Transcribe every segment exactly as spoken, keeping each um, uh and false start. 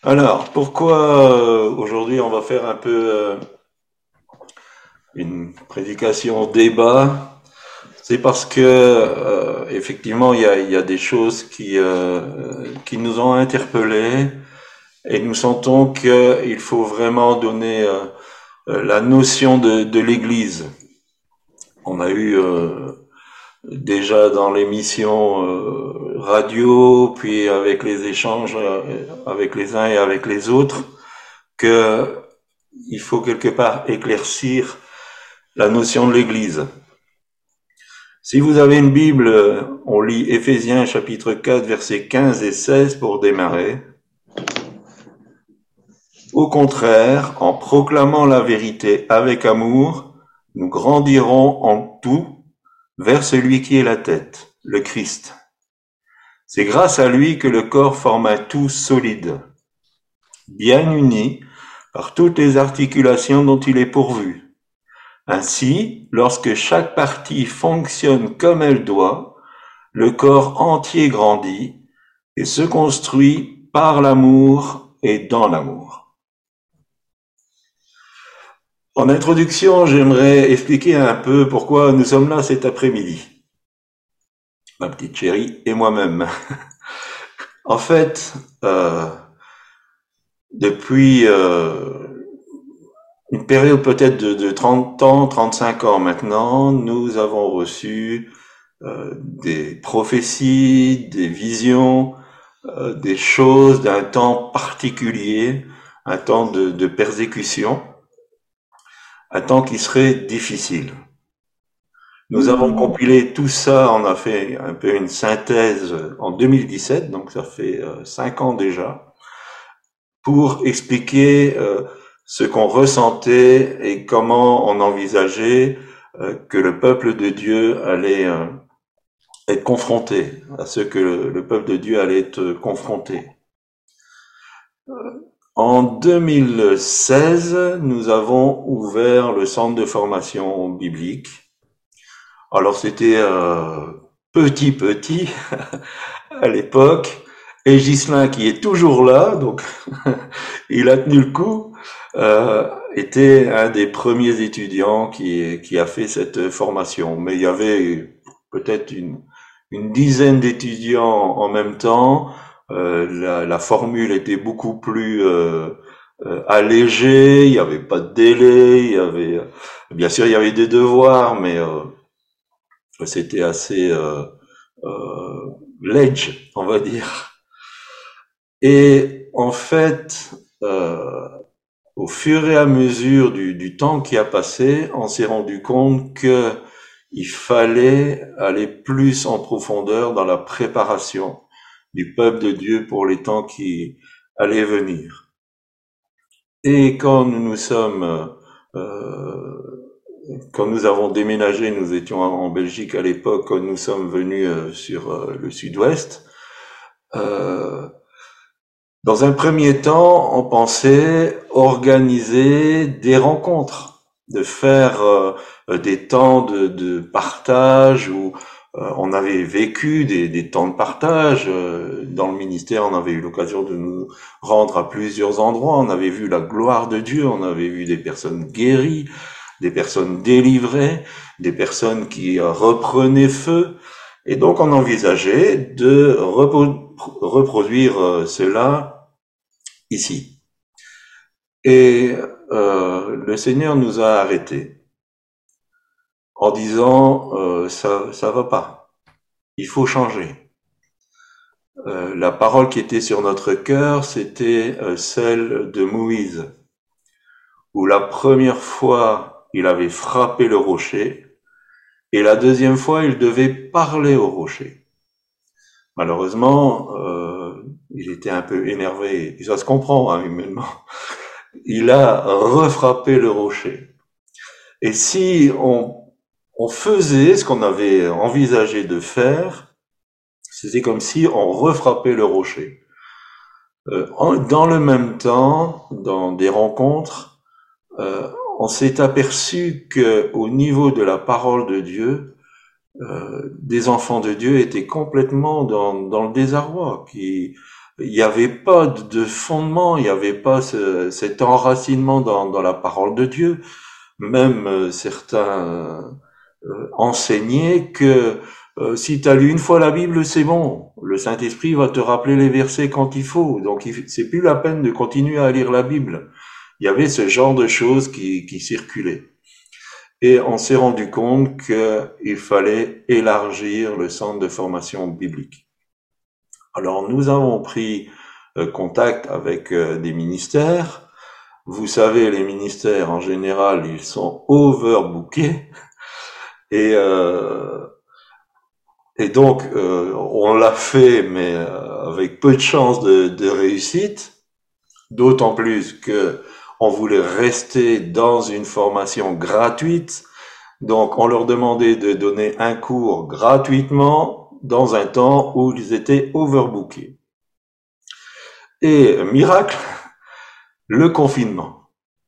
Alors, pourquoi euh, aujourd'hui on va faire un peu euh, une prédication débat? C'est parce que euh, effectivement il y a, il y a des choses qui euh, qui nous ont interpellés et nous sentons qu'il faut vraiment donner euh, euh, la notion de, de l'Église. On a eu euh, déjà dans l'émission euh, radio, puis avec les échanges euh, avec les uns et avec les autres, que il faut quelque part éclaircir la notion de l'Église. Si vous avez une Bible, on lit Éphésiens chapitre quatre, versets quinze et seize pour démarrer. Au contraire, en proclamant la vérité avec amour, nous grandirons en tout vers celui qui est la tête, le Christ. C'est grâce à lui que le corps forme un tout solide, bien uni par toutes les articulations dont il est pourvu. Ainsi, lorsque chaque partie fonctionne comme elle doit, le corps entier grandit et se construit par l'amour et dans l'amour. En introduction, j'aimerais expliquer un peu pourquoi nous sommes là cet après-midi, ma petite chérie et moi-même. En fait, euh, depuis euh, une période peut-être de, de trente ans, trente-cinq ans maintenant, nous avons reçu euh, des prophéties, des visions, euh, des choses d'un temps particulier, un temps de, de persécution, un temps qui serait difficile. Nous avons compilé tout ça, on a fait un peu une synthèse en deux mille dix-sept, donc ça fait euh, cinq ans déjà, pour expliquer euh, ce qu'on ressentait et comment on envisageait euh, que le peuple de Dieu allait euh, être confronté, à ce que le, le peuple de Dieu allait être confronté. En deux mille seize, nous avons ouvert le centre de formation biblique. Alors c'était euh, petit petit à l'époque, et Ghislain qui est toujours là, donc il a tenu le coup, euh, était un des premiers étudiants qui, qui a fait cette formation. Mais il y avait peut-être une, une dizaine d'étudiants en même temps. Euh, la, la formule était beaucoup plus euh, euh, allégée, il n'y avait pas de délai, il y avait, bien sûr, il y avait des devoirs, mais euh, c'était assez euh, euh, ledge, on va dire. Et en fait, euh, au fur et à mesure du, du temps qui a passé, on s'est rendu compte que il fallait aller plus en profondeur dans la préparation du peuple de Dieu pour les temps qui allaient venir. Et quand nous nous sommes, euh, quand nous avons déménagé, nous étions en Belgique à l'époque, quand nous sommes venus euh, sur euh, le sud-ouest, euh, dans un premier temps, on pensait organiser des rencontres, de faire euh, des temps de, de partage où euh, on avait vécu des, des temps de partage. Euh, dans le ministère, on avait eu l'occasion de nous rendre à plusieurs endroits. On avait vu la gloire de Dieu, on avait vu des personnes guéries, des personnes délivrées, des personnes qui euh, reprenaient feu. Et donc, on envisageait de repro- reproduire euh, cela ici. Et euh, le Seigneur nous a arrêtés en disant euh, ça ça va pas, il faut changer. Euh, la parole qui était sur notre cœur, c'était euh, celle de Moïse, où la première fois il avait frappé le rocher et la deuxième fois il devait parler au rocher. Malheureusement, euh, il était un peu énervé, et ça se comprend hein, humainement. Il a refrappé le rocher. Et si on, on faisait ce qu'on avait envisagé de faire, c'était comme si on refrappait le rocher. Euh, en- dans le même temps, dans des rencontres, euh, on s'est aperçu que au niveau de la parole de Dieu, euh, des enfants de Dieu étaient complètement dans, dans le désarroi, qui il n'y avait pas de fondement, il n'y avait pas ce, cet enracinement dans, dans la parole de Dieu. Même euh, certains euh, enseignaient que euh, si tu as lu une fois la Bible, c'est bon. Le Saint-Esprit va te rappeler les versets quand il faut. Donc il- c'est plus la peine de continuer à lire la Bible. Il y avait ce genre de choses qui, qui circulaient. Et on s'est rendu compte qu'il fallait élargir le centre de formation biblique. Alors nous avons pris euh, contact avec euh, des ministères. Vous savez, les ministères en général, ils sont overbookés. Et, euh, et donc, euh, on l'a fait, mais euh, avec peu de chances de, de réussite. D'autant plus que on voulait rester dans une formation gratuite. Donc, on leur demandait de donner un cours gratuitement dans un temps où ils étaient overbookés. Et miracle, le confinement.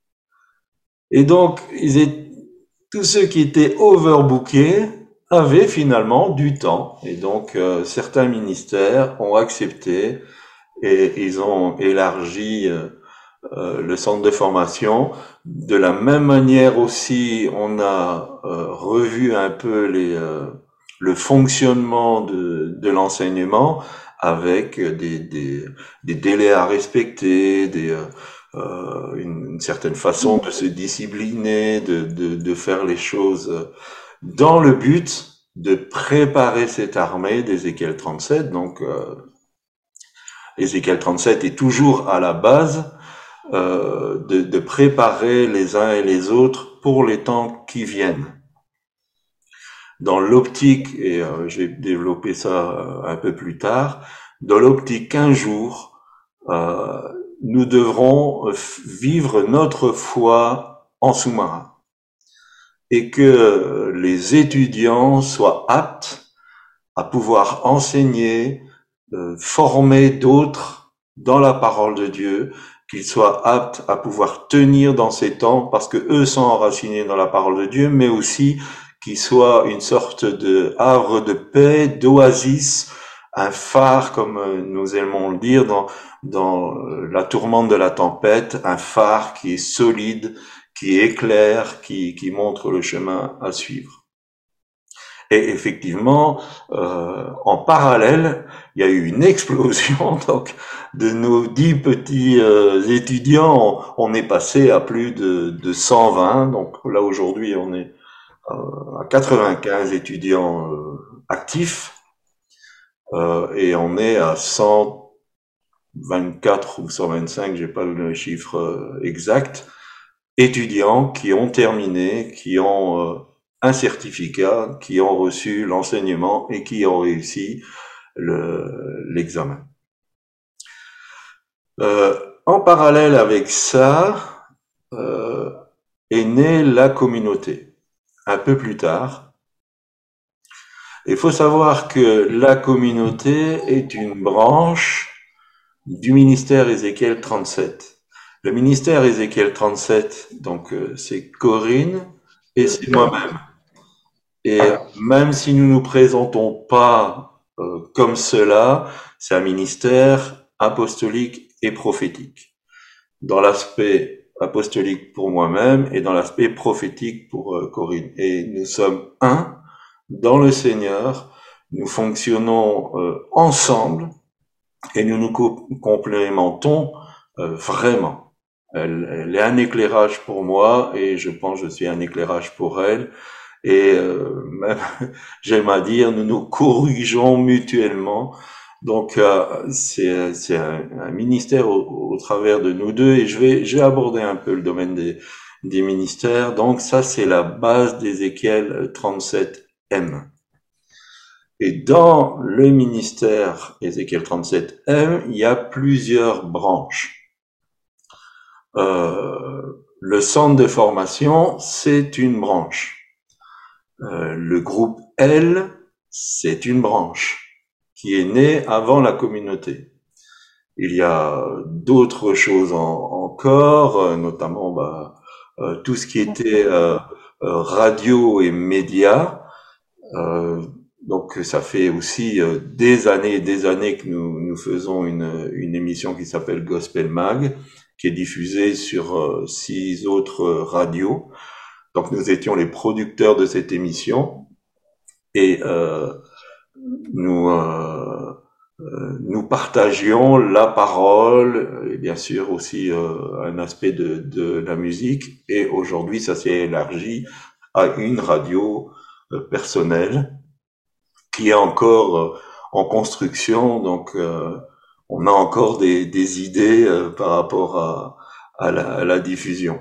Et donc, ils étaient, tous ceux qui étaient overbookés avaient finalement du temps. Et donc, euh, certains ministères ont accepté et ils ont élargi euh, euh, le centre de formation. De la même manière aussi, on a euh, revu un peu les, euh, le fonctionnement de, de l'enseignement avec des, des, des délais à respecter, des, euh, euh, une, une certaine façon de se discipliner, de, de, de faire les choses dans le but de préparer cette armée d'Ézéchiel trente-sept. Donc, euh, Ézéchiel trente-sept est toujours à la base euh, de, de préparer les uns et les autres pour les temps qui viennent. Dans l'optique, et euh, je vais développer ça euh, un peu plus tard, dans l'optique qu'un jour, euh, nous devrons vivre notre foi en sous-marin et que les étudiants soient aptes à pouvoir enseigner, euh, former d'autres dans la parole de Dieu, qu'ils soient aptes à pouvoir tenir dans ces temps parce que eux sont enracinés dans la parole de Dieu, mais aussi qu'ils soient une sorte de havre de paix, d'oasis, un phare, comme nous aimons le dire, dans, dans la tourmente de la tempête, un phare qui est solide, qui éclaire, qui, qui montre le chemin à suivre. Et effectivement, euh, en parallèle, il y a eu une explosion donc de nos dix petits euh, étudiants. On, on est passé à plus de, de cent vingt. Donc là aujourd'hui, on est euh, à quatre-vingt-quinze étudiants euh, actifs euh, et on est à cent vingt-quatre ou cent vingt-cinq, j'ai pas le chiffre euh, exact, étudiants qui ont terminé, qui ont euh, un certificat, qui ont reçu l'enseignement et qui ont réussi le, l'examen. Euh, en parallèle avec ça, euh, est née la communauté. Un peu plus tard, il faut savoir que la communauté est une branche du ministère Ézéchiel trente-sept. Le ministère Ézéchiel trente-sept, donc euh, c'est Corinne et c'est moi-même. Et même si nous nous présentons pas euh, comme cela, c'est un ministère apostolique et prophétique. Dans l'aspect apostolique pour moi-même et dans l'aspect prophétique pour euh, Corinne. Et nous sommes un dans le Seigneur. Nous fonctionnons euh, ensemble et nous nous co- complémentons euh, vraiment. Elle, elle est un éclairage pour moi et je pense que je suis un éclairage pour elle. Et euh, même, j'aime à dire, nous nous corrigeons mutuellement. Donc, euh, c'est, c'est un, un ministère au, au travers de nous deux. Et je vais, je vais aborder un peu le domaine des, des ministères. Donc, ça, c'est la base d'Ézéchiel trente-sept M. Et dans le ministère Ézéchiel trente-sept M, il y a plusieurs branches. Euh, le centre de formation, c'est une branche. Euh, le groupe L, c'est une branche qui est née avant la communauté. Il y a d'autres choses en, encore, euh, notamment bah, euh, tout ce qui était euh, euh, radio et médias. Euh, donc ça fait aussi euh, des années et des années que nous, nous faisons une, une émission qui s'appelle Gospel Mag, qui est diffusée sur euh, six autres euh, radios. Donc nous étions les producteurs de cette émission et euh, nous euh, euh, nous partagions la parole et bien sûr aussi euh, un aspect de, de la musique. Et aujourd'hui, ça s'est élargi à une radio euh, personnelle qui est encore euh, en construction. Donc, euh, on a encore des, des idées euh, par rapport à, à, la, à la diffusion.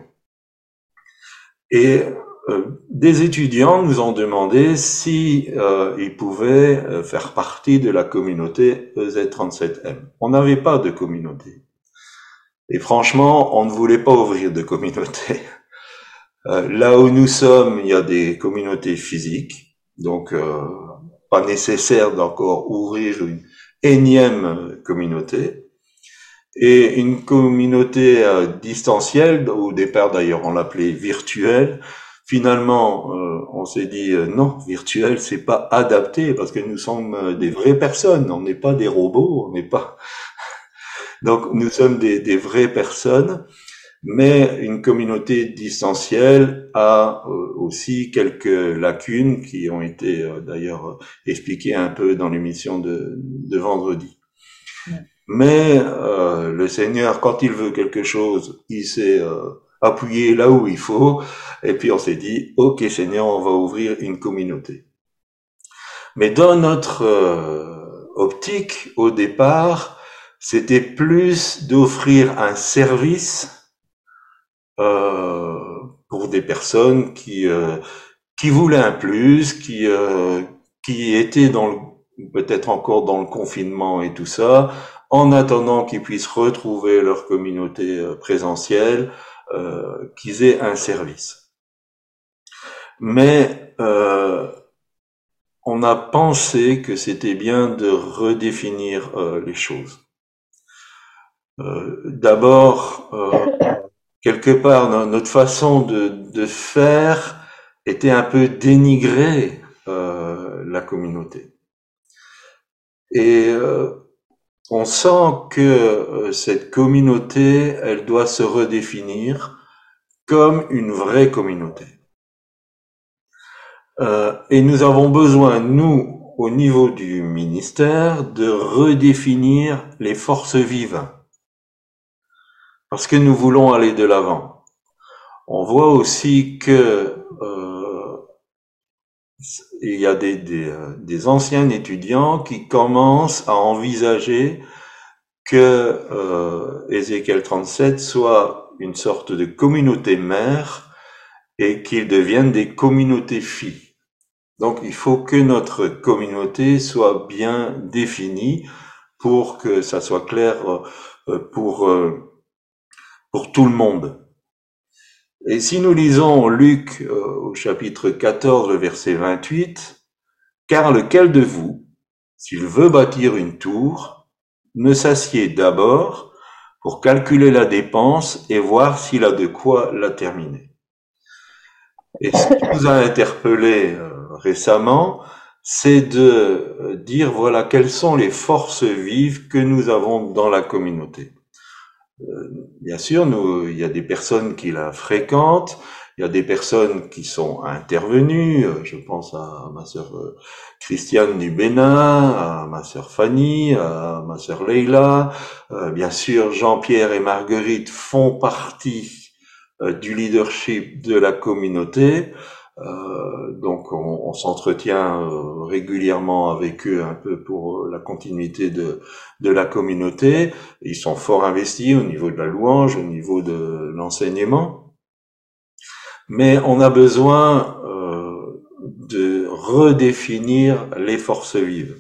Et euh, des étudiants nous ont demandé si euh, ils pouvaient euh, faire partie de la communauté E Z trente-sept M. On n'avait pas de communauté. Et franchement, on ne voulait pas ouvrir de communauté. Euh, là où nous sommes, il y a des communautés physiques, donc euh, pas nécessaire d'encore ouvrir une énième communauté. Et une communauté euh, distancielle, au départ d'ailleurs on l'appelait virtuelle. Finalement, euh, on s'est dit euh, non, virtuel, c'est pas adapté parce que nous sommes euh, des vraies personnes, on n'est pas des robots, on n'est pas. Donc nous sommes des, des vraies personnes, mais une communauté distancielle a euh, aussi quelques lacunes qui ont été euh, d'ailleurs euh, expliquées un peu dans l'émission de, de vendredi. Ouais. Mais euh, le Seigneur, quand il veut quelque chose, il s'est euh, appuyé là où il faut, et puis on s'est dit, ok Seigneur, on va ouvrir une communauté. Mais dans notre euh, optique, au départ, c'était plus d'offrir un service euh, pour des personnes qui euh, qui voulaient un plus, qui euh, qui étaient dans le, peut-être encore dans le confinement et tout ça, en attendant qu'ils puissent retrouver leur communauté euh, présentielle, euh, qu'ils aient un service. Mais euh, on a pensé que c'était bien de redéfinir euh, les choses. Euh, d'abord, euh, quelque part, notre façon de, de faire était un peu dénigrer euh, la communauté. Et euh, on sent que euh, cette communauté, elle doit se redéfinir comme une vraie communauté. Euh, et nous avons besoin, nous, au niveau du ministère, de redéfinir les forces vives. Parce que nous voulons aller de l'avant. On voit aussi que euh, il y a des, des, des anciens étudiants qui commencent à envisager que euh, Ézéchiel trente-sept soit une sorte de communauté mère et qu'ils deviennent des communautés filles. Donc il faut que notre communauté soit bien définie pour que ça soit clair euh, pour, euh, pour tout le monde. Et si nous lisons Luc euh, au chapitre quatorze, le verset vingt-huit, « Car lequel de vous, s'il veut bâtir une tour, ne s'assied d'abord pour calculer la dépense et voir s'il a de quoi la terminer. » Et ce qui nous a interpellé euh, récemment, c'est de dire, voilà, quelles sont les forces vives que nous avons dans la communauté. Euh, bien sûr, nous, il y a des personnes qui la fréquentent, il y a des personnes qui sont intervenues, je pense à ma sœur Christiane du Bénin, à ma sœur Fanny, à ma sœur Leila, euh, bien sûr Jean-Pierre et Marguerite font partie euh, du leadership de la communauté, euh, donc on, on s'entretient euh, régulièrement avec eux un peu pour la continuité de, de la communauté. Ils sont fort investis au niveau de la louange, au niveau de l'enseignement. Mais on a besoin euh, de redéfinir les forces vives.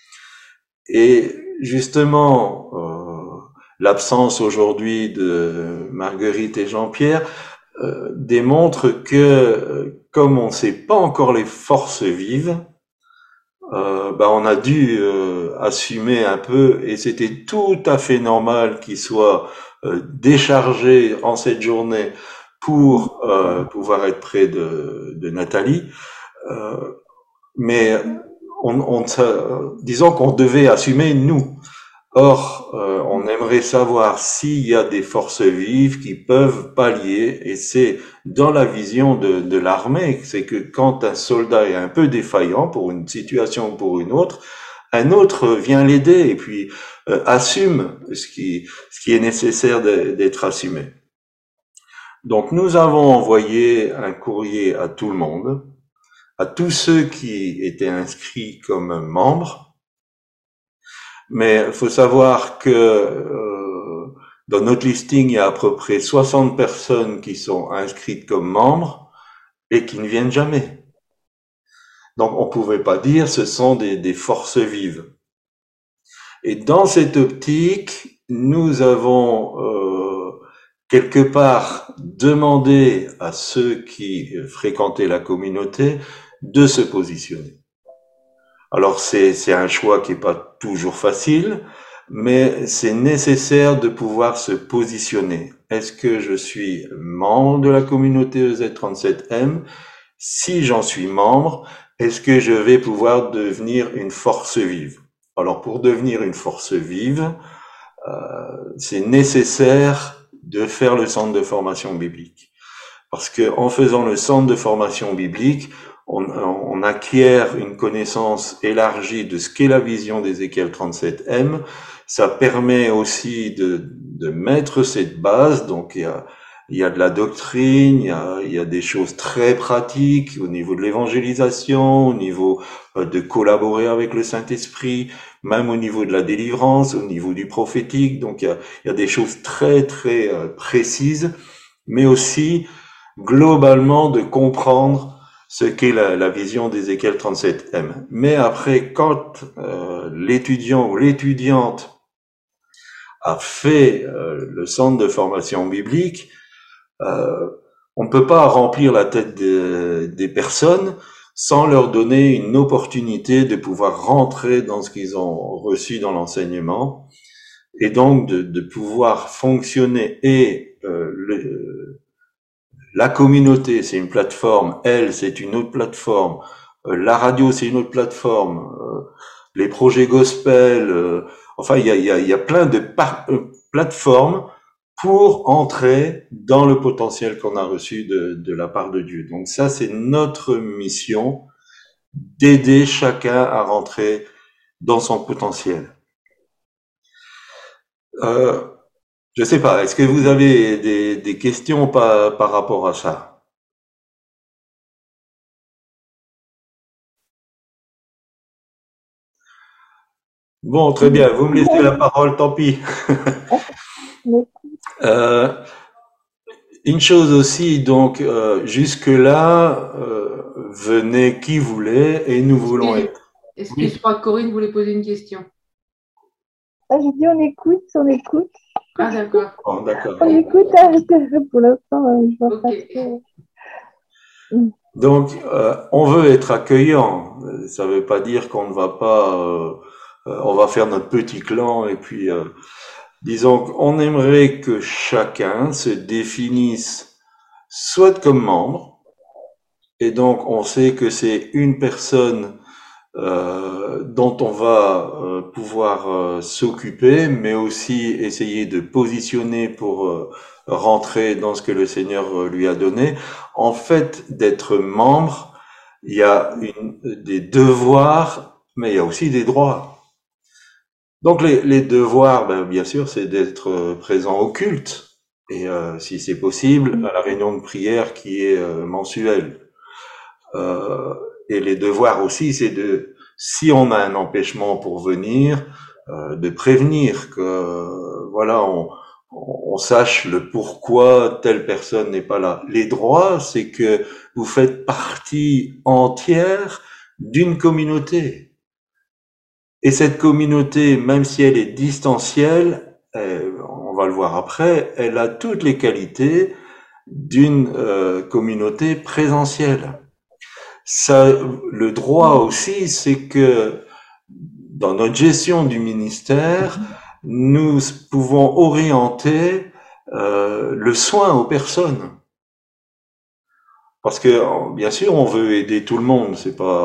Et justement, euh, l'absence aujourd'hui de Marguerite et Jean-Pierre euh, démontre que, euh, comme on ne sait pas encore les forces vives, euh, bah on a dû euh, assumer un peu, et c'était tout à fait normal qu'ils soient euh, déchargés en cette journée pour euh, pouvoir être près de, de Nathalie. Euh, mais on, on, disons qu'on devait assumer nous. Or, euh, on aimerait savoir s'il y a des forces vives qui peuvent pallier, et c'est dans la vision de, de l'armée, c'est que quand un soldat est un peu défaillant pour une situation ou pour une autre, un autre vient l'aider et puis euh, assume ce qui, ce qui est nécessaire d'être assumé. Donc nous avons envoyé un courrier à tout le monde, à tous ceux qui étaient inscrits comme membres. Mais il faut savoir que euh, dans notre listing, il y a à peu près soixante personnes qui sont inscrites comme membres et qui ne viennent jamais. Donc on ne pouvait pas dire ce sont des, des forces vives. Et dans cette optique, nous avons euh, quelque part demandé à ceux qui fréquentaient la communauté de se positionner. Alors c'est c'est un choix qui est pas toujours facile, mais c'est nécessaire de pouvoir se positionner. Est-ce que je suis membre de la communauté E Z trente-sept M? Si j'en suis membre, est-ce que je vais pouvoir devenir une force vive? Alors pour devenir une force vive, euh, c'est nécessaire de faire le centre de formation biblique. Parce que en faisant le centre de formation biblique, on, on acquiert une connaissance élargie de ce qu'est la vision d'Ézéchiel trente-sept M. Ça permet aussi de, de mettre cette base. Donc il y a, il y a de la doctrine, il y a, il y a des choses très pratiques au niveau de l'évangélisation, au niveau de collaborer avec le Saint-Esprit, même au niveau de la délivrance, au niveau du prophétique. Donc il y a, il y a des choses très très précises, mais aussi globalement de comprendre ce qu'est la, la vision d'Ézéchiel trente-sept M. Mais après, quand euh, l'étudiant ou l'étudiante a fait euh, le centre de formation biblique, euh, on ne peut pas remplir la tête de, des personnes sans leur donner une opportunité de pouvoir rentrer dans ce qu'ils ont reçu dans l'enseignement et donc de, de pouvoir fonctionner et euh, le, la communauté, c'est une plateforme. Elle, c'est une autre plateforme. Euh, la radio, c'est une autre plateforme. Euh, les projets gospel. Euh, enfin, il y a, y, a, y a plein de par- euh, plateformes pour entrer dans le potentiel qu'on a reçu de, de la part de Dieu. Donc ça, c'est notre mission, d'aider chacun à rentrer dans son potentiel. Euh, je sais pas, est-ce que vous avez des, des questions par, par rapport à ça? Bon, très bien, vous me laissez la parole, tant pis. euh, une chose aussi, donc, euh, jusque-là, euh, venez qui voulait et nous voulons être. Excuse-moi, Corinne voulait poser une question. Ah, j'ai dit on écoute, on écoute. Ah, d'accord. Bon, d'accord. On écoute, pour l'instant, je vois okay. pas trop. Donc, euh, on veut être accueillant. Ça veut pas dire qu'on ne va pas, euh, on va faire notre petit clan et puis, euh, disons qu'on aimerait que chacun se définisse soit comme membre, et donc on sait que c'est une personne euh, dont on va euh, pouvoir euh, s'occuper, mais aussi essayer de positionner pour euh, rentrer dans ce que le Seigneur euh, lui a donné. En fait, d'être membre, il y a une, des devoirs, mais il y a aussi des droits. Donc les, les devoirs, ben, bien sûr, c'est d'être présent au culte, et euh, si c'est possible, à la réunion de prière qui est euh, mensuelle. Euh, et les devoirs aussi, c'est de, si on a un empêchement pour venir, euh, de prévenir que, euh, voilà, on, on sache le pourquoi telle personne n'est pas là. Les droits, c'est que vous faites partie entière d'une communauté. Et cette communauté, même si elle est distancielle, euh, on va le voir après, elle a toutes les qualités d'une euh, communauté présentielle. Ça, le droit aussi, c'est que dans notre gestion du ministère, nous pouvons orienter euh, le soin aux personnes. Parce que, bien sûr, on veut aider tout le monde. C'est pas,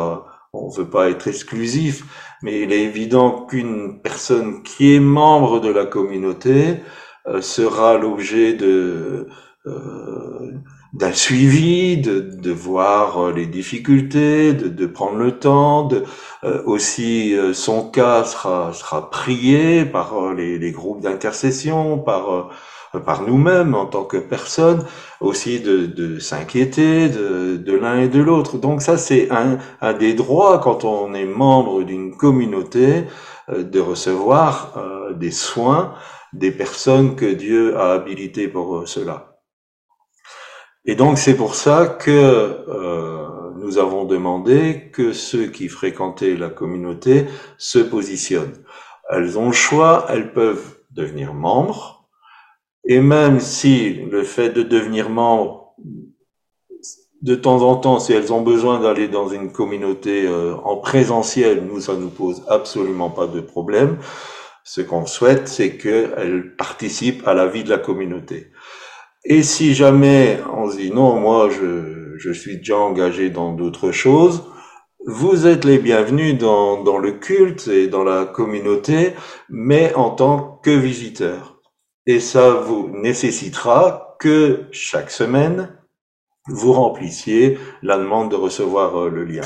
on ne veut pas être exclusif, mais il est évident qu'une personne qui est membre de la communauté euh, sera l'objet de euh, d'un suivi, de, de voir les difficultés, de, de prendre le temps, de, euh, aussi euh, son cas sera, sera prié par euh, les, les groupes d'intercession, par, euh, par nous-mêmes en tant que personnes, aussi de, de s'inquiéter de, de l'un et de l'autre. Donc ça, c'est un, un des droits quand on est membre d'une communauté, euh, de recevoir euh, des soins des personnes que Dieu a habilitées pour cela. Et donc c'est pour ça que euh, nous avons demandé que ceux qui fréquentaient la communauté se positionnent. Elles ont le choix, elles peuvent devenir membres, et même si le fait de devenir membre, de temps en temps, si elles ont besoin d'aller dans une communauté euh, en présentiel, nous, ça nous pose absolument pas de problème. Ce qu'on souhaite, c'est qu'elles participent à la vie de la communauté. Et si jamais on se dit non, moi je, je suis déjà engagé dans d'autres choses, vous êtes les bienvenus dans, dans le culte et dans la communauté, mais en tant que visiteurs. Et ça vous nécessitera que chaque semaine, vous remplissiez la demande de recevoir le lien.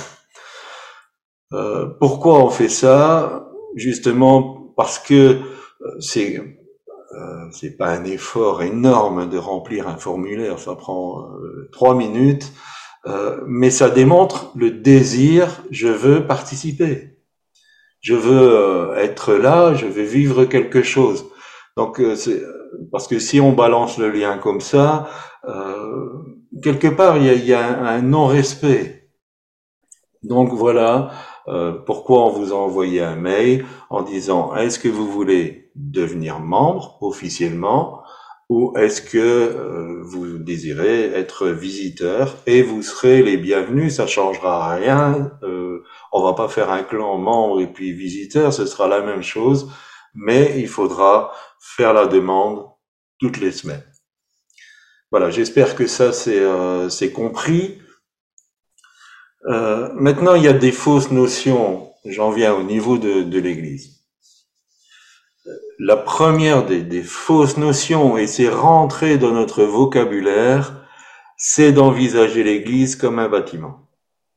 Euh, pourquoi on fait ça? Justement parce que c'est... Euh, c'est pas un effort énorme de remplir un formulaire, ça prend euh, trois minutes, euh, mais ça démontre le désir, je veux participer, je veux euh, être là, je veux vivre quelque chose. Donc, euh, c'est, parce que si on balance le lien comme ça, euh, quelque part, il y a, il y a un, un non-respect. Donc voilà euh, pourquoi on vous a envoyé un mail en disant est-ce que vous voulez devenir membre officiellement ou est-ce que euh, vous désirez être visiteur et vous serez les bienvenus, ça changera rien, euh, on va pas faire un clan membre et puis visiteur, ce sera la même chose, mais il faudra faire la demande toutes les semaines. Voilà, j'espère que ça c'est euh, c'est compris. Euh, maintenant, il y a des fausses notions, j'en viens au niveau de, de l'Église. La première des, des fausses notions, et c'est rentré dans notre vocabulaire, c'est d'envisager l'Église comme un bâtiment.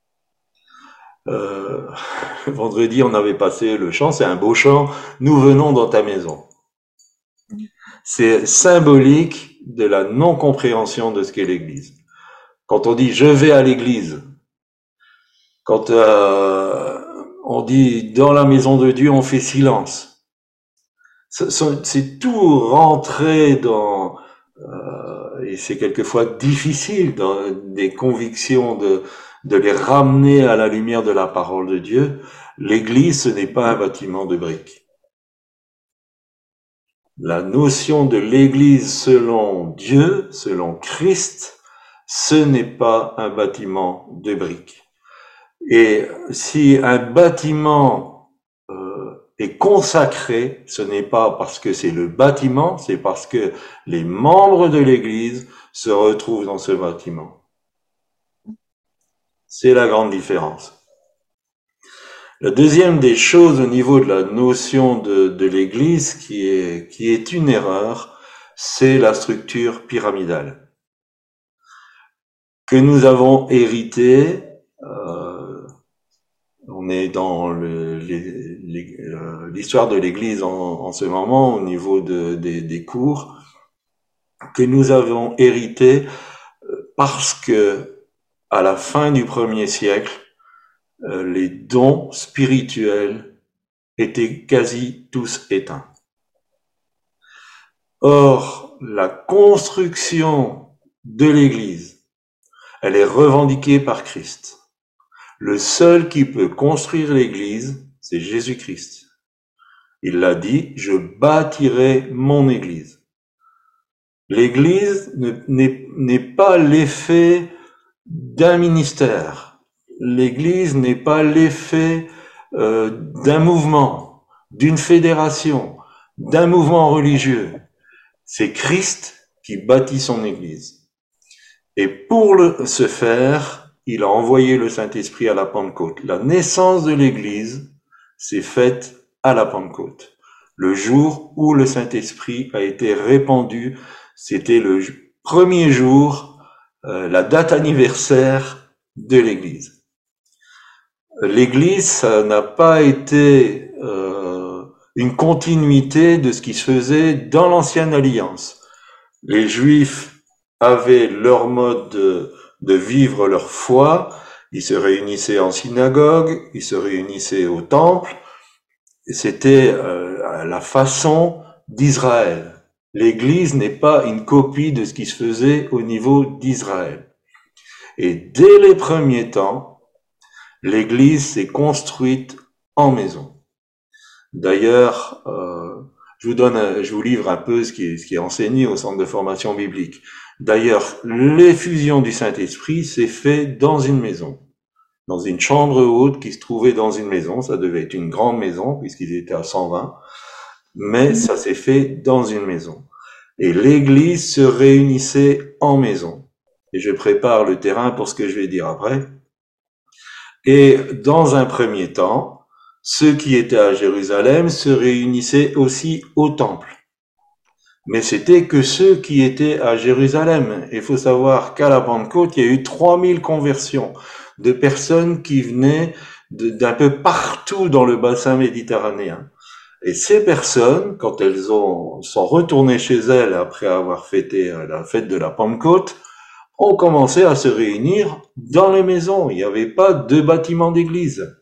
Euh, vendredi, on avait passé le chant, c'est un beau chant, nous venons dans ta maison. C'est symbolique de la non-compréhension de ce qu'est l'Église. Quand on dit je vais à l'Église, quand euh, on dit dans la maison de Dieu, on fait silence. C'est tout rentré dans, euh, et c'est quelquefois difficile dans des convictions de, de les ramener à la lumière de la parole de Dieu. L'Église, ce n'est pas un bâtiment de briques. La notion de l'Église selon Dieu, selon Christ, ce n'est pas un bâtiment de briques. Et si un bâtiment euh, est consacré, ce n'est pas parce que c'est le bâtiment, c'est parce que les membres de l'Église se retrouvent dans ce bâtiment. C'est la grande différence. La deuxième des choses au niveau de la notion de, de l'Église qui est, qui est une erreur, c'est la structure pyramidale que nous avons héritée. Euh, on est dans le, les, les, euh, l'histoire de l'Église en, en ce moment au niveau de, des, des cours que nous avons hérité parce que à la fin du premier siècle, euh, les dons spirituels étaient quasi tous éteints. Or, la construction de l'Église, elle est revendiquée par Christ. Le seul qui peut construire l'Église, c'est Jésus-Christ. Il l'a dit, je bâtirai mon Église. L'Église n'est pas l'effet d'un ministère. L'Église n'est pas l'effet euh, d'un mouvement, d'une fédération, d'un mouvement religieux. C'est Christ qui bâtit son Église. Et pour le, ce faire, il a envoyé le Saint-Esprit à la Pentecôte. La naissance de l'Église s'est faite à la Pentecôte. Le jour où le Saint-Esprit a été répandu, c'était le premier jour, euh, la date anniversaire de l'Église. L'Église, ça n'a pas été euh, une continuité de ce qui se faisait dans l'Ancienne Alliance. Les Juifs avaient leur mode de, de vivre leur foi, ils se réunissaient en synagogue, ils se réunissaient au temple, et c'était euh, la façon d'Israël. L'Église n'est pas une copie de ce qui se faisait au niveau d'Israël. Et dès les premiers temps, l'Église s'est construite en maison. D'ailleurs, euh, je vous donne, je vous livre un peu ce qui est, ce qui est enseigné au centre de formation biblique. D'ailleurs, l'effusion du Saint-Esprit s'est fait dans une maison, dans une chambre haute qui se trouvait dans une maison. Ça devait être une grande maison puisqu'ils étaient à cent vingt, mais ça s'est fait dans une maison. Et l'Église se réunissait en maison. Et je prépare le terrain pour ce que je vais dire après. Et dans un premier temps, ceux qui étaient à Jérusalem se réunissaient aussi au temple. Mais c'était que ceux qui étaient à Jérusalem. Il faut savoir qu'à la Pentecôte, il y a eu trois mille conversions de personnes qui venaient d'un peu partout dans le bassin méditerranéen. Et ces personnes, quand elles ont, sont retournées chez elles après avoir fêté la fête de la Pentecôte, ont commencé à se réunir dans les maisons. Il n'y avait pas de bâtiment d'église.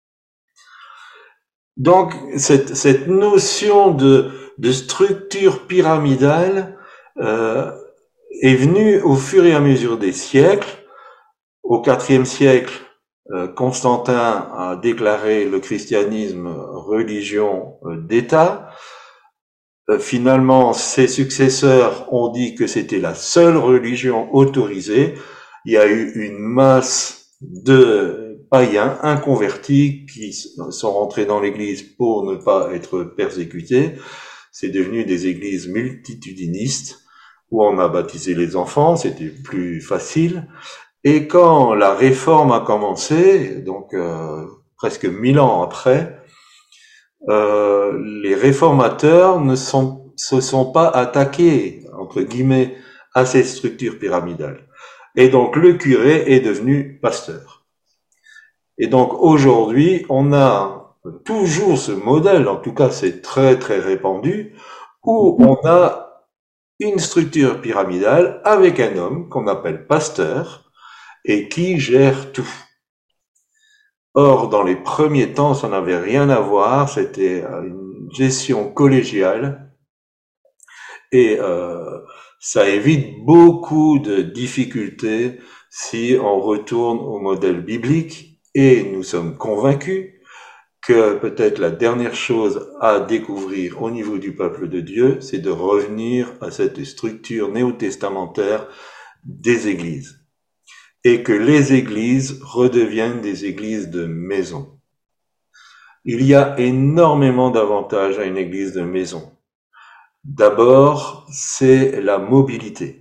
Donc, cette, cette notion de, de structure pyramidale euh, est venue au fur et à mesure des siècles. Au quatrième siècle, euh, Constantin a déclaré le christianisme religion euh, d'État. Euh, finalement, ses successeurs ont dit que c'était la seule religion autorisée. Il y a eu une masse de païens inconvertis qui sont rentrés dans l'église pour ne pas être persécutés. C'est devenu des églises multitudinistes où on a baptisé les enfants, c'était plus facile. Et quand la réforme a commencé, donc euh, presque mille ans après, euh, les réformateurs ne sont, se sont pas attaqués, entre guillemets, à ces structures pyramidales. Et donc le curé est devenu pasteur. Et donc aujourd'hui, on a toujours ce modèle, en tout cas c'est très très répandu, où on a une structure pyramidale avec un homme qu'on appelle pasteur et qui gère tout. Or, dans les premiers temps, ça n'avait rien à voir, c'était une gestion collégiale et euh, ça évite beaucoup de difficultés si on retourne au modèle biblique. Et nous sommes convaincus que peut-être la dernière chose à découvrir au niveau du peuple de Dieu, c'est de revenir à cette structure néo-testamentaire des églises. Et que les églises redeviennent des églises de maison. Il y a énormément d'avantages à une église de maison. D'abord, c'est la mobilité.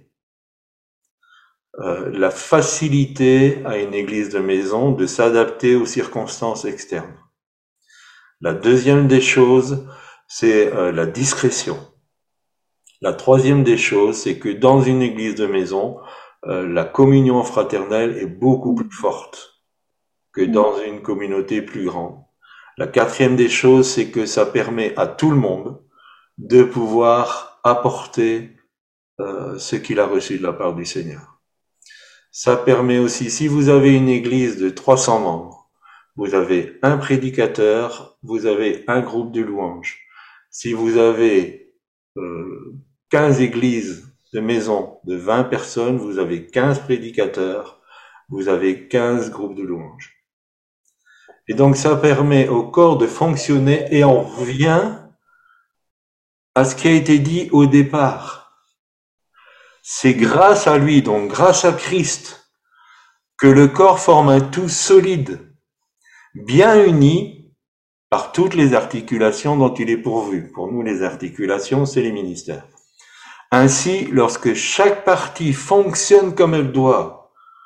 Euh, la facilité à une église de maison de s'adapter aux circonstances externes. La deuxième des choses, c'est euh, la discrétion. La troisième des choses, c'est que dans une église de maison, euh, la communion fraternelle est beaucoup plus forte que dans une communauté plus grande. La quatrième des choses, c'est que ça permet à tout le monde de pouvoir apporter euh, ce qu'il a reçu de la part du Seigneur. Ça permet aussi, si vous avez une église de trois cents membres, vous avez un prédicateur, vous avez un groupe de louanges. Si vous avez euh, quinze églises de maisons de vingt personnes, vous avez quinze prédicateurs, vous avez quinze groupes de louanges. Et donc ça permet au corps de fonctionner et on revient à ce qui a été dit au départ. C'est grâce à lui, donc grâce à Christ, que le corps forme un tout solide, bien uni par toutes les articulations dont il est pourvu. Pour nous, les articulations, c'est les ministères. Ainsi, lorsque chaque partie fonctionne comme elle doit,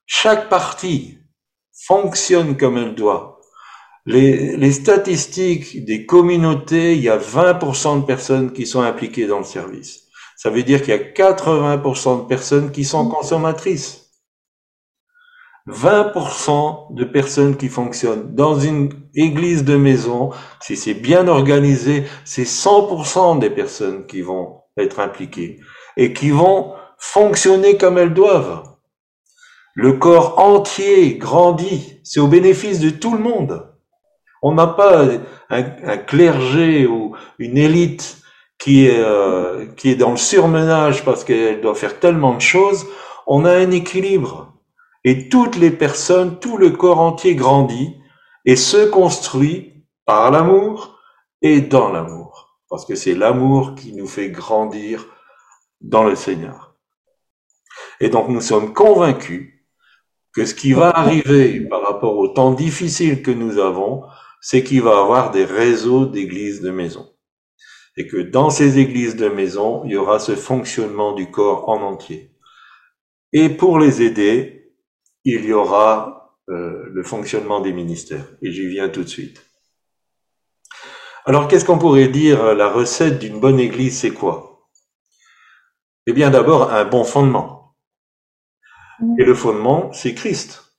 chaque partie fonctionne comme elle doit. Les, les statistiques des communautés, il y a vingt pour cent de personnes qui sont impliquées dans le service. Ça veut dire qu'il y a quatre-vingts pour cent de personnes qui sont consommatrices. vingt pour cent de personnes qui fonctionnent dans une église de maison, si c'est bien organisé, c'est cent pour cent des personnes qui vont être impliquées et qui vont fonctionner comme elles doivent. Le corps entier grandit, c'est au bénéfice de tout le monde. On n'a pas un, un clergé ou une élite qui est, euh, qui est dans le surmenage parce qu'elle doit faire tellement de choses. On a un équilibre. Et toutes les personnes, tout le corps entier grandit et se construit par l'amour et dans l'amour. Parce que c'est l'amour qui nous fait grandir dans le Seigneur. Et donc nous sommes convaincus que ce qui va arriver par rapport au temps difficile que nous avons, c'est qu'il va y avoir des réseaux d'églises de maison. Et que dans ces églises de maison, il y aura ce fonctionnement du corps en entier. Et pour les aider, il y aura euh, le fonctionnement des ministères. Et j'y viens tout de suite. Alors, qu'est-ce qu'on pourrait dire, la recette d'une bonne église, c'est quoi? Eh bien, d'abord, un bon fondement. Et le fondement, c'est Christ.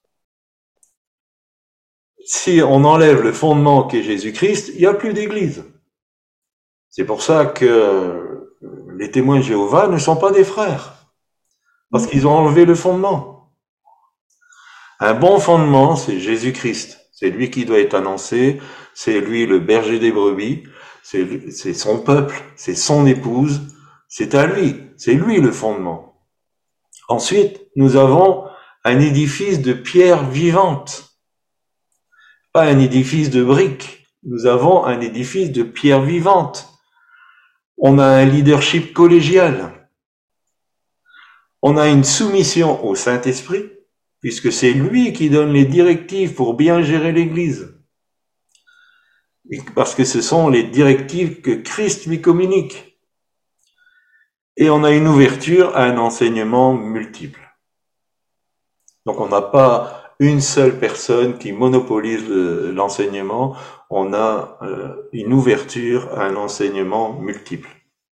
Si on enlève le fondement qui est Jésus-Christ, il n'y a plus d'église. C'est pour ça que les témoins de Jéhovah ne sont pas des frères. Parce qu'ils ont enlevé le fondement. Un bon fondement, c'est Jésus-Christ. C'est lui qui doit être annoncé. C'est lui le berger des brebis. C'est, c'est son peuple. C'est son épouse. C'est à lui. C'est lui le fondement. Ensuite, nous avons un édifice de pierre vivante. Pas un édifice de briques. Nous avons un édifice de pierre vivante. On a un leadership collégial. On a une soumission au Saint-Esprit, puisque c'est lui qui donne les directives pour bien gérer l'Église. Et parce que ce sont les directives que Christ lui communique. Et on a une ouverture à un enseignement multiple. Donc on n'a pas une seule personne qui monopolise le, l'enseignement, on a euh, une ouverture à un enseignement multiple.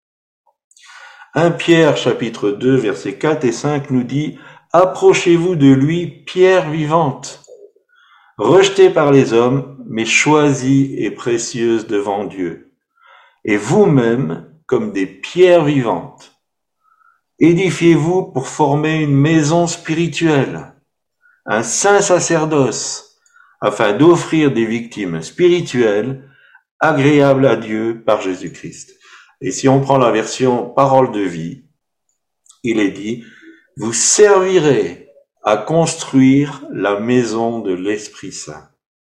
premier Pierre chapitre deux versets quatre et cinq nous dit « Approchez-vous de lui, pierre vivante, rejetée par les hommes, mais choisie et précieuse devant Dieu, et vous-même comme des pierres vivantes. Édifiez-vous pour former une maison spirituelle, un saint sacerdoce, afin d'offrir des victimes spirituelles agréables à Dieu par Jésus-Christ. » Et si on prend la version parole de vie, il est dit, vous servirez à construire la maison de l'Esprit Saint.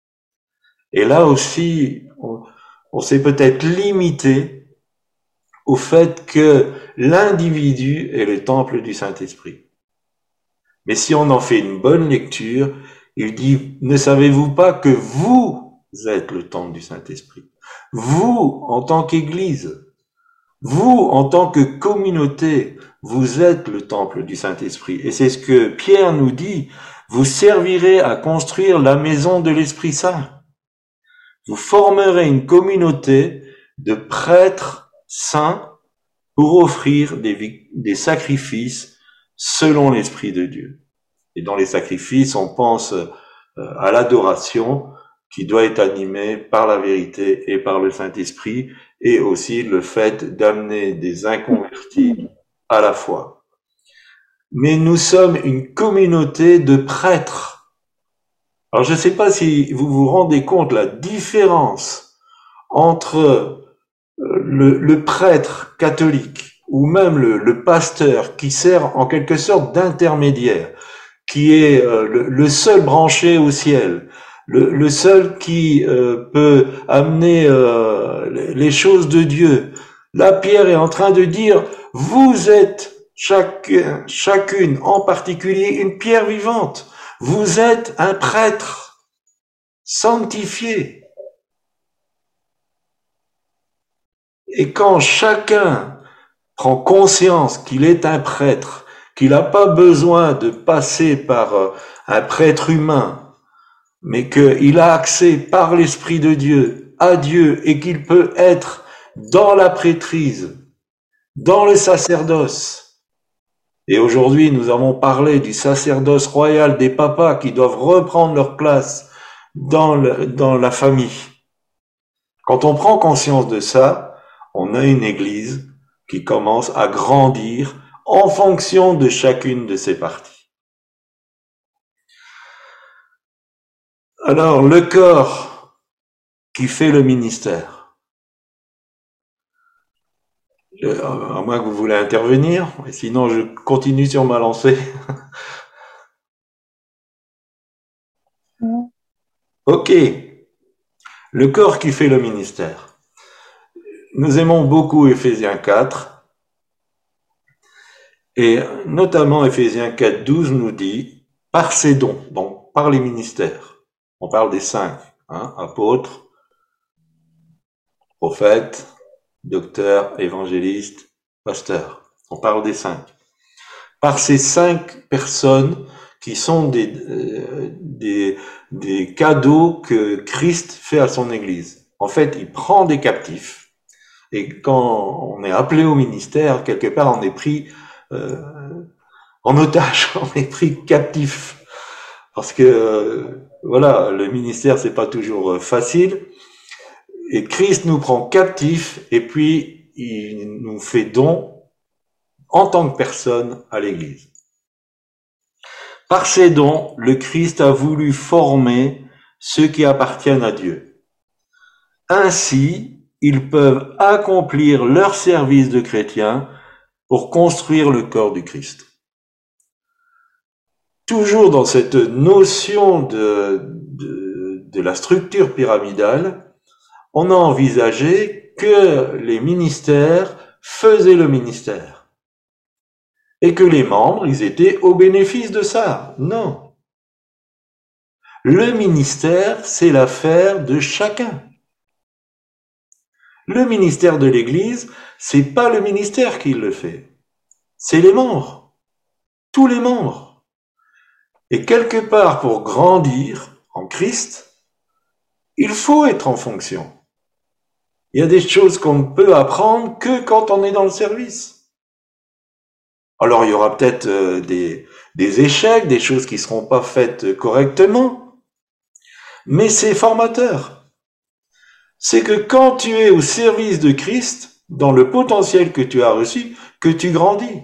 Et là aussi, on, on s'est peut-être limité au fait que l'individu est le temple du Saint-Esprit. Mais si on en fait une bonne lecture, il dit, ne savez-vous pas que vous êtes le temple du Saint-Esprit? Vous, en tant qu'Église, vous, en tant que communauté, vous êtes le temple du Saint-Esprit. Et c'est ce que Pierre nous dit, vous servirez à construire la maison de l'Esprit Saint. Vous formerez une communauté de prêtres saints pour offrir des, des sacrifices selon l'Esprit de Dieu. Et dans les sacrifices, on pense à l'adoration qui doit être animée par la vérité et par le Saint-Esprit, et aussi le fait d'amener des inconvertis à la foi. Mais nous sommes une communauté de prêtres. Alors je ne sais pas si vous vous rendez compte la différence entre le, le prêtre catholique ou même le, le pasteur qui sert en quelque sorte d'intermédiaire, qui est euh, le, le seul branché au ciel, le, le seul qui euh, peut amener euh, les choses de Dieu. Là, Pierre est en train de dire, vous êtes chaque, chacune en particulier une pierre vivante. Vous êtes un prêtre sanctifié. Et quand chacun prend conscience qu'il est un prêtre, qu'il n'a pas besoin de passer par un prêtre humain, mais qu'il a accès par l'Esprit de Dieu à Dieu et qu'il peut être dans la prêtrise, dans le sacerdoce. Et aujourd'hui, nous avons parlé du sacerdoce royal des papas qui doivent reprendre leur place dans, le, dans la famille. Quand on prend conscience de ça, on a une église qui commence à grandir en fonction de chacune de ses parties. Alors, le corps qui fait le ministère. Je, à moins que vous voulez intervenir, sinon je continue sur ma lancée. Ok. Le corps qui fait le ministère. Nous aimons beaucoup Éphésiens quatre. Et notamment Éphésiens quatre douze nous dit, par ces dons, donc par les ministères. On parle des cinq, hein, apôtres, prophètes, docteurs, évangélistes, pasteurs. On parle des cinq. Par ces cinq personnes qui sont des, euh, des, des cadeaux que Christ fait à son Église. En fait, il prend des captifs. Et quand on est appelé au ministère, quelque part, on est pris euh, en otage, on est pris captif. Parce que, euh, voilà, le ministère, c'est pas toujours facile. Et Christ nous prend captifs et puis il nous fait don en tant que personne à l'Église. Par ces dons, le Christ a voulu former ceux qui appartiennent à Dieu. Ainsi, ils peuvent accomplir leur service de chrétien pour construire le corps du Christ. Toujours dans cette notion de, de, de la structure pyramidale, on a envisagé que les ministères faisaient le ministère. Et que les membres, ils étaient au bénéfice de ça. Non. Le ministère, c'est l'affaire de chacun. Le ministère de l'Église, c'est pas le ministère qui le fait. C'est les membres. Tous les membres. Et quelque part, pour grandir en Christ, il faut être en fonction. Il y a des choses qu'on ne peut apprendre que quand on est dans le service. Alors, il y aura peut-être euh, des, des échecs, des choses qui ne seront pas faites correctement, mais c'est formateur. C'est que quand tu es au service de Christ, dans le potentiel que tu as reçu, que tu grandis.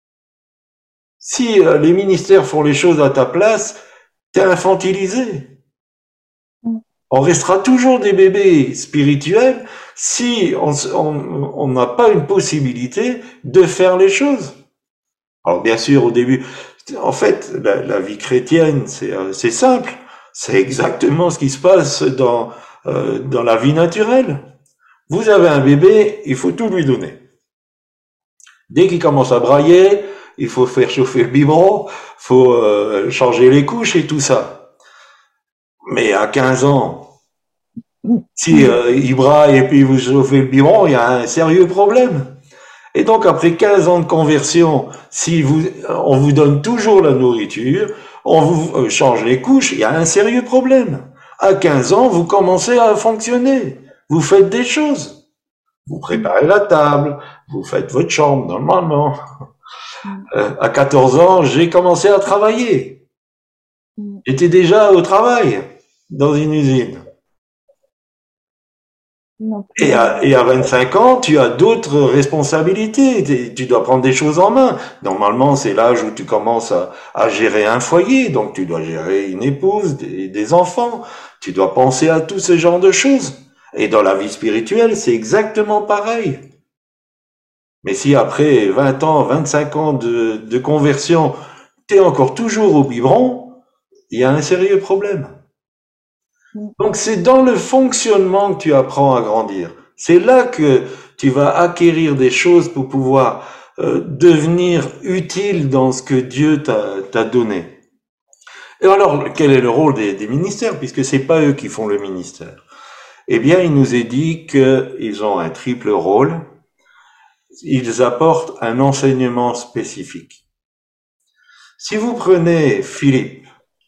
Si euh, les ministères font les choses à ta place, t'es infantilisé. On restera toujours des bébés spirituels si on n'a pas une possibilité de faire les choses. Alors bien sûr, au début, en fait, la, la vie chrétienne, c'est c'est simple. C'est exactement ce qui se passe dans euh, dans la vie naturelle. Vous avez un bébé, il faut tout lui donner. Dès qu'il commence à brailler, il faut faire chauffer le biberon, faut euh, changer les couches et tout ça. Mais à quinze ans, si euh, il braille et puis vous chauffez le biberon, il y a un sérieux problème. Et donc après quinze ans de conversion, si vous, on vous donne toujours la nourriture, on vous change les couches, il y a un sérieux problème. À quinze ans, vous commencez à fonctionner. Vous faites des choses. Vous préparez la table, vous faites votre chambre normalement. Euh, à quatorze ans, j'ai commencé à travailler. J'étais déjà au travail dans une usine. Et à, et à vingt-cinq ans, tu as d'autres responsabilités. Tu dois prendre des choses en main. Normalement, c'est l'âge où tu commences à, à gérer un foyer. Donc, tu dois gérer une épouse, des, des enfants. Tu dois penser à tout ce genre de choses. Et dans la vie spirituelle, c'est exactement pareil. Mais si après vingt ans, vingt-cinq ans de, de conversion, tu es encore toujours au biberon, il y a un sérieux problème. Donc c'est dans le fonctionnement que tu apprends à grandir. C'est là que tu vas acquérir des choses pour pouvoir euh, devenir utile dans ce que Dieu t'a, t'a donné. Et alors, quel est le rôle des, des ministères, puisque c'est pas eux qui font le ministère? Eh bien, il nous est dit qu'ils ont un triple rôle. Ils apportent un enseignement spécifique. Si vous prenez Philippe,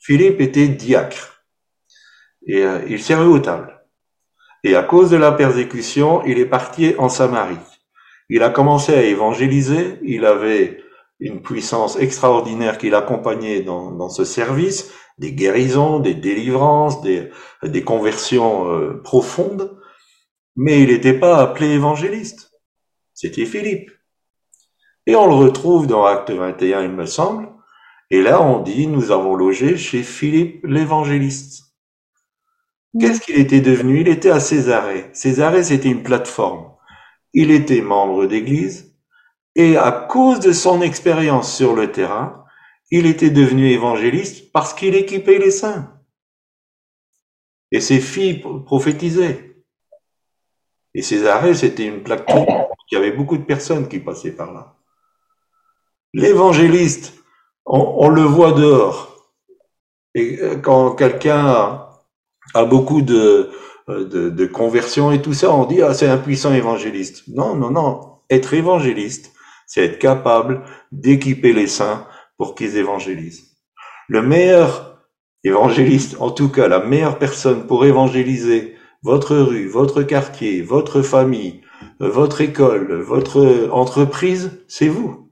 Philippe était diacre et euh, il servait aux tables. Et à cause de la persécution, il est parti en Samarie. Il a commencé à évangéliser, il avait une puissance extraordinaire qui l'accompagnait dans, dans ce service, des guérisons, des délivrances, des, des conversions euh, profondes, mais il n'était pas appelé évangéliste. C'était Philippe. Et on le retrouve dans Acte vingt et un, il me semble, et là on dit, nous avons logé chez Philippe l'évangéliste. Qu'est-ce qu'il était devenu? Il était à Césarée. Césarée, c'était une plateforme. Il était membre d'église, et à cause de son expérience sur le terrain, il était devenu évangéliste parce qu'il équipait les saints. Et ses filles prophétisaient. Et Césarée, c'était une plaque tournante. Il y avait beaucoup de personnes qui passaient par là. L'évangéliste, on, on le voit dehors. Et quand quelqu'un a, a beaucoup de, de, de conversions et tout ça, on dit, ah, c'est un puissant évangéliste. Non, non, non. Être évangéliste, c'est être capable d'équiper les saints pour qu'ils évangélisent. Le meilleur évangéliste, en tout cas la meilleure personne pour évangéliser votre rue, votre quartier, votre famille, votre école, votre entreprise, c'est vous.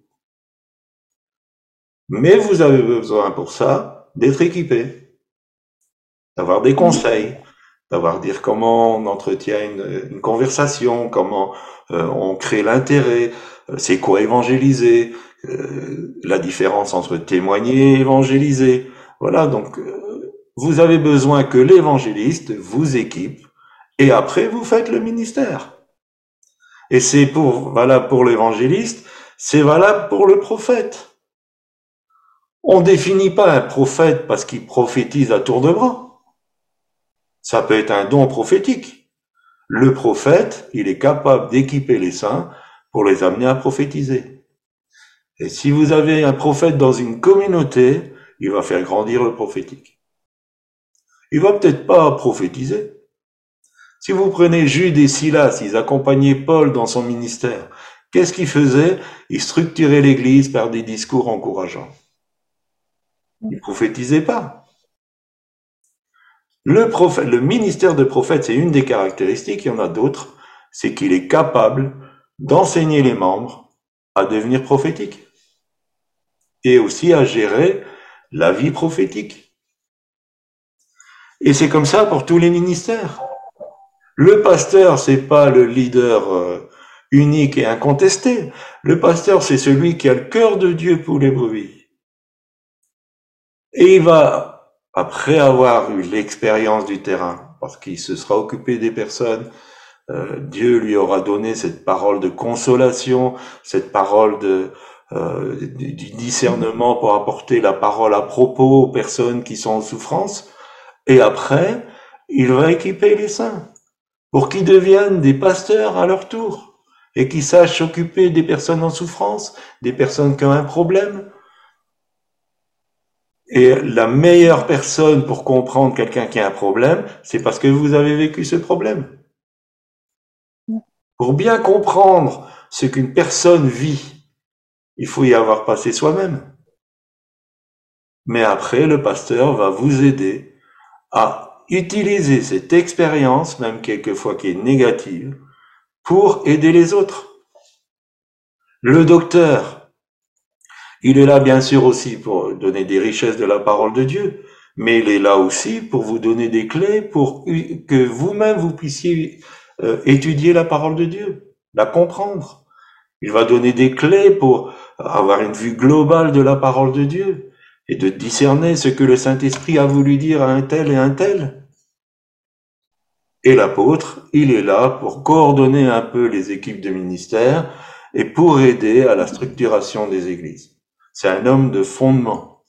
Mais vous avez besoin pour ça d'être équipé, d'avoir des conseils, d'avoir dire comment on entretient une, une conversation, comment euh, on crée l'intérêt, euh, c'est quoi évangéliser, euh, la différence entre témoigner et évangéliser. Voilà, donc euh, vous avez besoin que l'évangéliste vous équipe et après vous faites le ministère. Et c'est pour valable pour l'évangéliste, c'est valable pour le prophète. On définit pas un prophète parce qu'il prophétise à tour de bras. Ça peut être un don prophétique. Le prophète, il est capable d'équiper les saints pour les amener à prophétiser. Et si vous avez un prophète dans une communauté, il va faire grandir le prophétique. Il va peut-être pas prophétiser. Si vous prenez Jude et Silas, ils accompagnaient Paul dans son ministère. Qu'est-ce qu'ils faisaient? Ils structuraient l'église par des discours encourageants. Ils prophétisaient pas. Le prophète, le ministère de prophète, c'est une des caractéristiques, il y en a d'autres, c'est qu'il est capable d'enseigner les membres à devenir prophétiques et aussi à gérer la vie prophétique. Et c'est comme ça pour tous les ministères. Le pasteur, c'est pas le leader euh, unique et incontesté. Le pasteur, c'est celui qui a le cœur de Dieu pour les brebis. Et il va, après avoir eu l'expérience du terrain, parce qu'il se sera occupé des personnes, euh, Dieu lui aura donné cette parole de consolation, cette parole de euh, du, du discernement pour apporter la parole à propos aux personnes qui sont en souffrance. Et après, il va équiper les saints pour qu'ils deviennent des pasteurs à leur tour et qu'ils sachent s'occuper des personnes en souffrance, des personnes qui ont un problème. Et la meilleure personne pour comprendre quelqu'un qui a un problème, c'est parce que vous avez vécu ce problème. Pour bien comprendre ce qu'une personne vit, il faut y avoir passé soi-même. Mais après, le pasteur va vous aider à utiliser cette expérience, même quelquefois qui est négative, pour aider les autres. Le docteur, il est là bien sûr aussi pour donner des richesses de la parole de Dieu, mais il est là aussi pour vous donner des clés pour que vous-même vous puissiez euh, étudier la parole de Dieu, la comprendre. Il va donner des clés pour avoir une vue globale de la parole de Dieu et de discerner ce que le Saint-Esprit a voulu dire à un tel et un tel. Et l'apôtre, il est là pour coordonner un peu les équipes de ministère et pour aider à la structuration des églises. C'est un homme de fondement.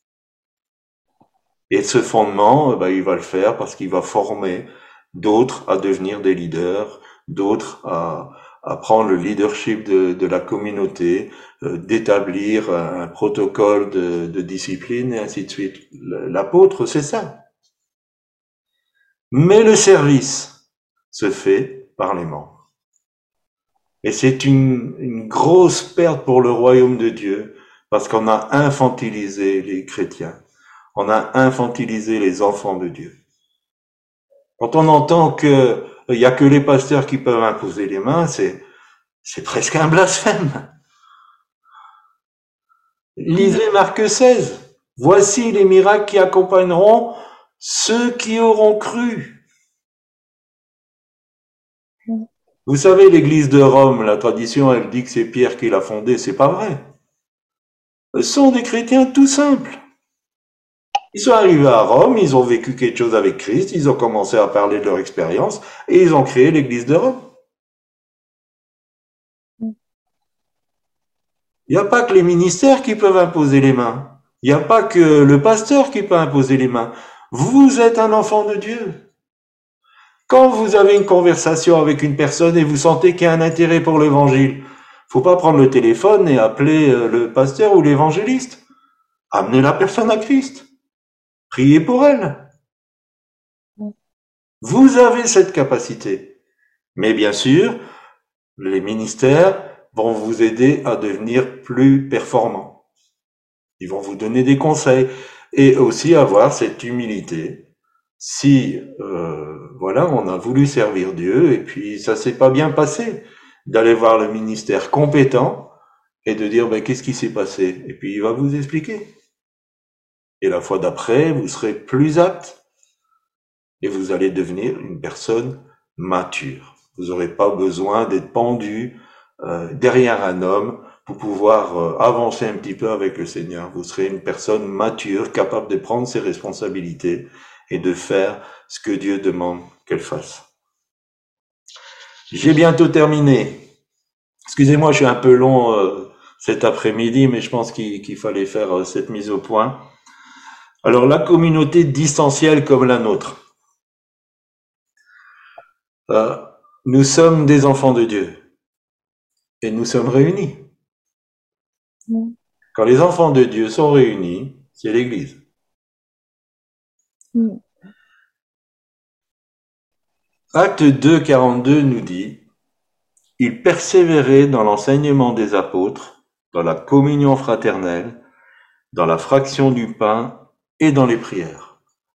Et ce fondement, ben, il va le faire parce qu'il va former d'autres à devenir des leaders, d'autres à, à prendre le leadership de, de la communauté, euh, d'établir un, un protocole de, de discipline et ainsi de suite. L'apôtre, c'est ça. Mais le service se fait par les membres. Et c'est une, une grosse perte pour le royaume de Dieu, parce qu'on a infantilisé les chrétiens. On a infantilisé les enfants de Dieu. Quand on entend que il y a que les pasteurs qui peuvent imposer les mains, c'est, c'est presque un blasphème. Lisez Marc seize. Voici les miracles qui accompagneront ceux qui auront cru. Vous savez, l'église de Rome, la tradition, elle dit que c'est Pierre qui l'a fondée. C'est pas vrai. Ce sont des chrétiens tout simples. Ils sont arrivés à Rome, ils ont vécu quelque chose avec Christ, ils ont commencé à parler de leur expérience et ils ont créé l'église de Rome. Il n'y a pas que les ministères qui peuvent imposer les mains. Il n'y a pas que le pasteur qui peut imposer les mains. Vous êtes un enfant de Dieu. Quand vous avez une conversation avec une personne et vous sentez qu'il y a un intérêt pour l'évangile, faut pas prendre le téléphone et appeler le pasteur ou l'évangéliste. Amenez la personne à Christ. Priez pour elle. Vous avez cette capacité. Mais bien sûr, les ministères vont vous aider à devenir plus performants. Ils vont vous donner des conseils et aussi avoir cette humilité. Si, euh, voilà, on a voulu servir Dieu et puis ça s'est pas bien passé, d'aller voir le ministère compétent et de dire, ben, qu'est-ce qui s'est passé? Et puis il va vous expliquer. Et la fois d'après, vous serez plus apte et vous allez devenir une personne mature. Vous n'aurez pas besoin d'être pendu euh, derrière un homme pour pouvoir euh, avancer un petit peu avec le Seigneur. Vous serez une personne mature, capable de prendre ses responsabilités et de faire ce que Dieu demande qu'elle fasse. J'ai bientôt terminé. Excusez-moi, je suis un peu long euh, cet après-midi, mais je pense qu'il, qu'il fallait faire euh, cette mise au point. Alors, la communauté distancielle comme la nôtre. Euh, nous sommes des enfants de Dieu et nous sommes réunis. Mm. Quand les enfants de Dieu sont réunis, c'est l'Église. Mm. Acte deux, quarante-deux nous dit « Ils persévéraient dans l'enseignement des apôtres, dans la communion fraternelle, dans la fraction du pain et dans les prières. »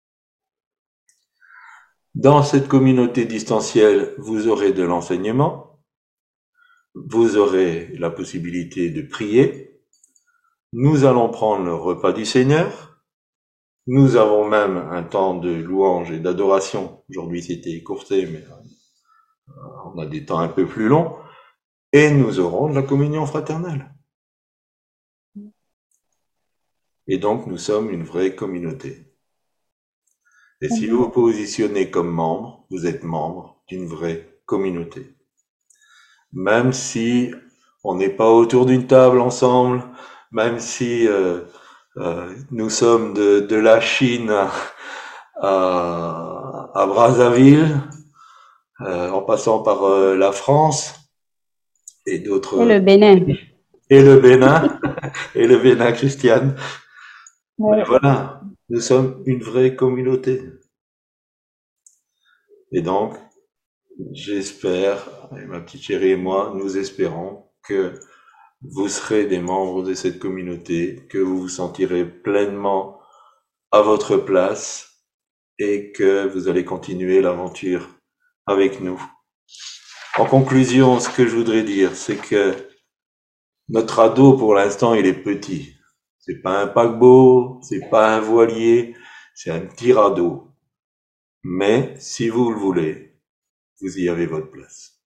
Dans cette communauté distancielle, vous aurez de l'enseignement, vous aurez la possibilité de prier, nous allons prendre le repas du Seigneur, nous avons même un temps de louange et d'adoration. Aujourd'hui, c'était écourté, mais on a des temps un peu plus longs. Et nous aurons de la communion fraternelle. Et donc, nous sommes une vraie communauté. Et si vous vous positionnez comme membre, vous êtes membre d'une vraie communauté. Même si on n'est pas autour d'une table ensemble, même si euh, euh, nous sommes de, de la Chine à, à, à Brazzaville, euh, en passant par euh, la France et d'autres... Et le Bénin. Et le Bénin, et le Bénin Christiane. Ouais. Mais voilà, nous sommes une vraie communauté. Et donc, j'espère, et ma petite chérie et moi, nous espérons que vous serez des membres de cette communauté, que vous vous sentirez pleinement à votre place et que vous allez continuer l'aventure avec nous. En conclusion, ce que je voudrais dire, c'est que notre ado, pour l'instant, il est petit. C'est pas un paquebot, c'est pas un voilier, c'est un petit radeau. Mais, si vous le voulez, vous y avez votre place.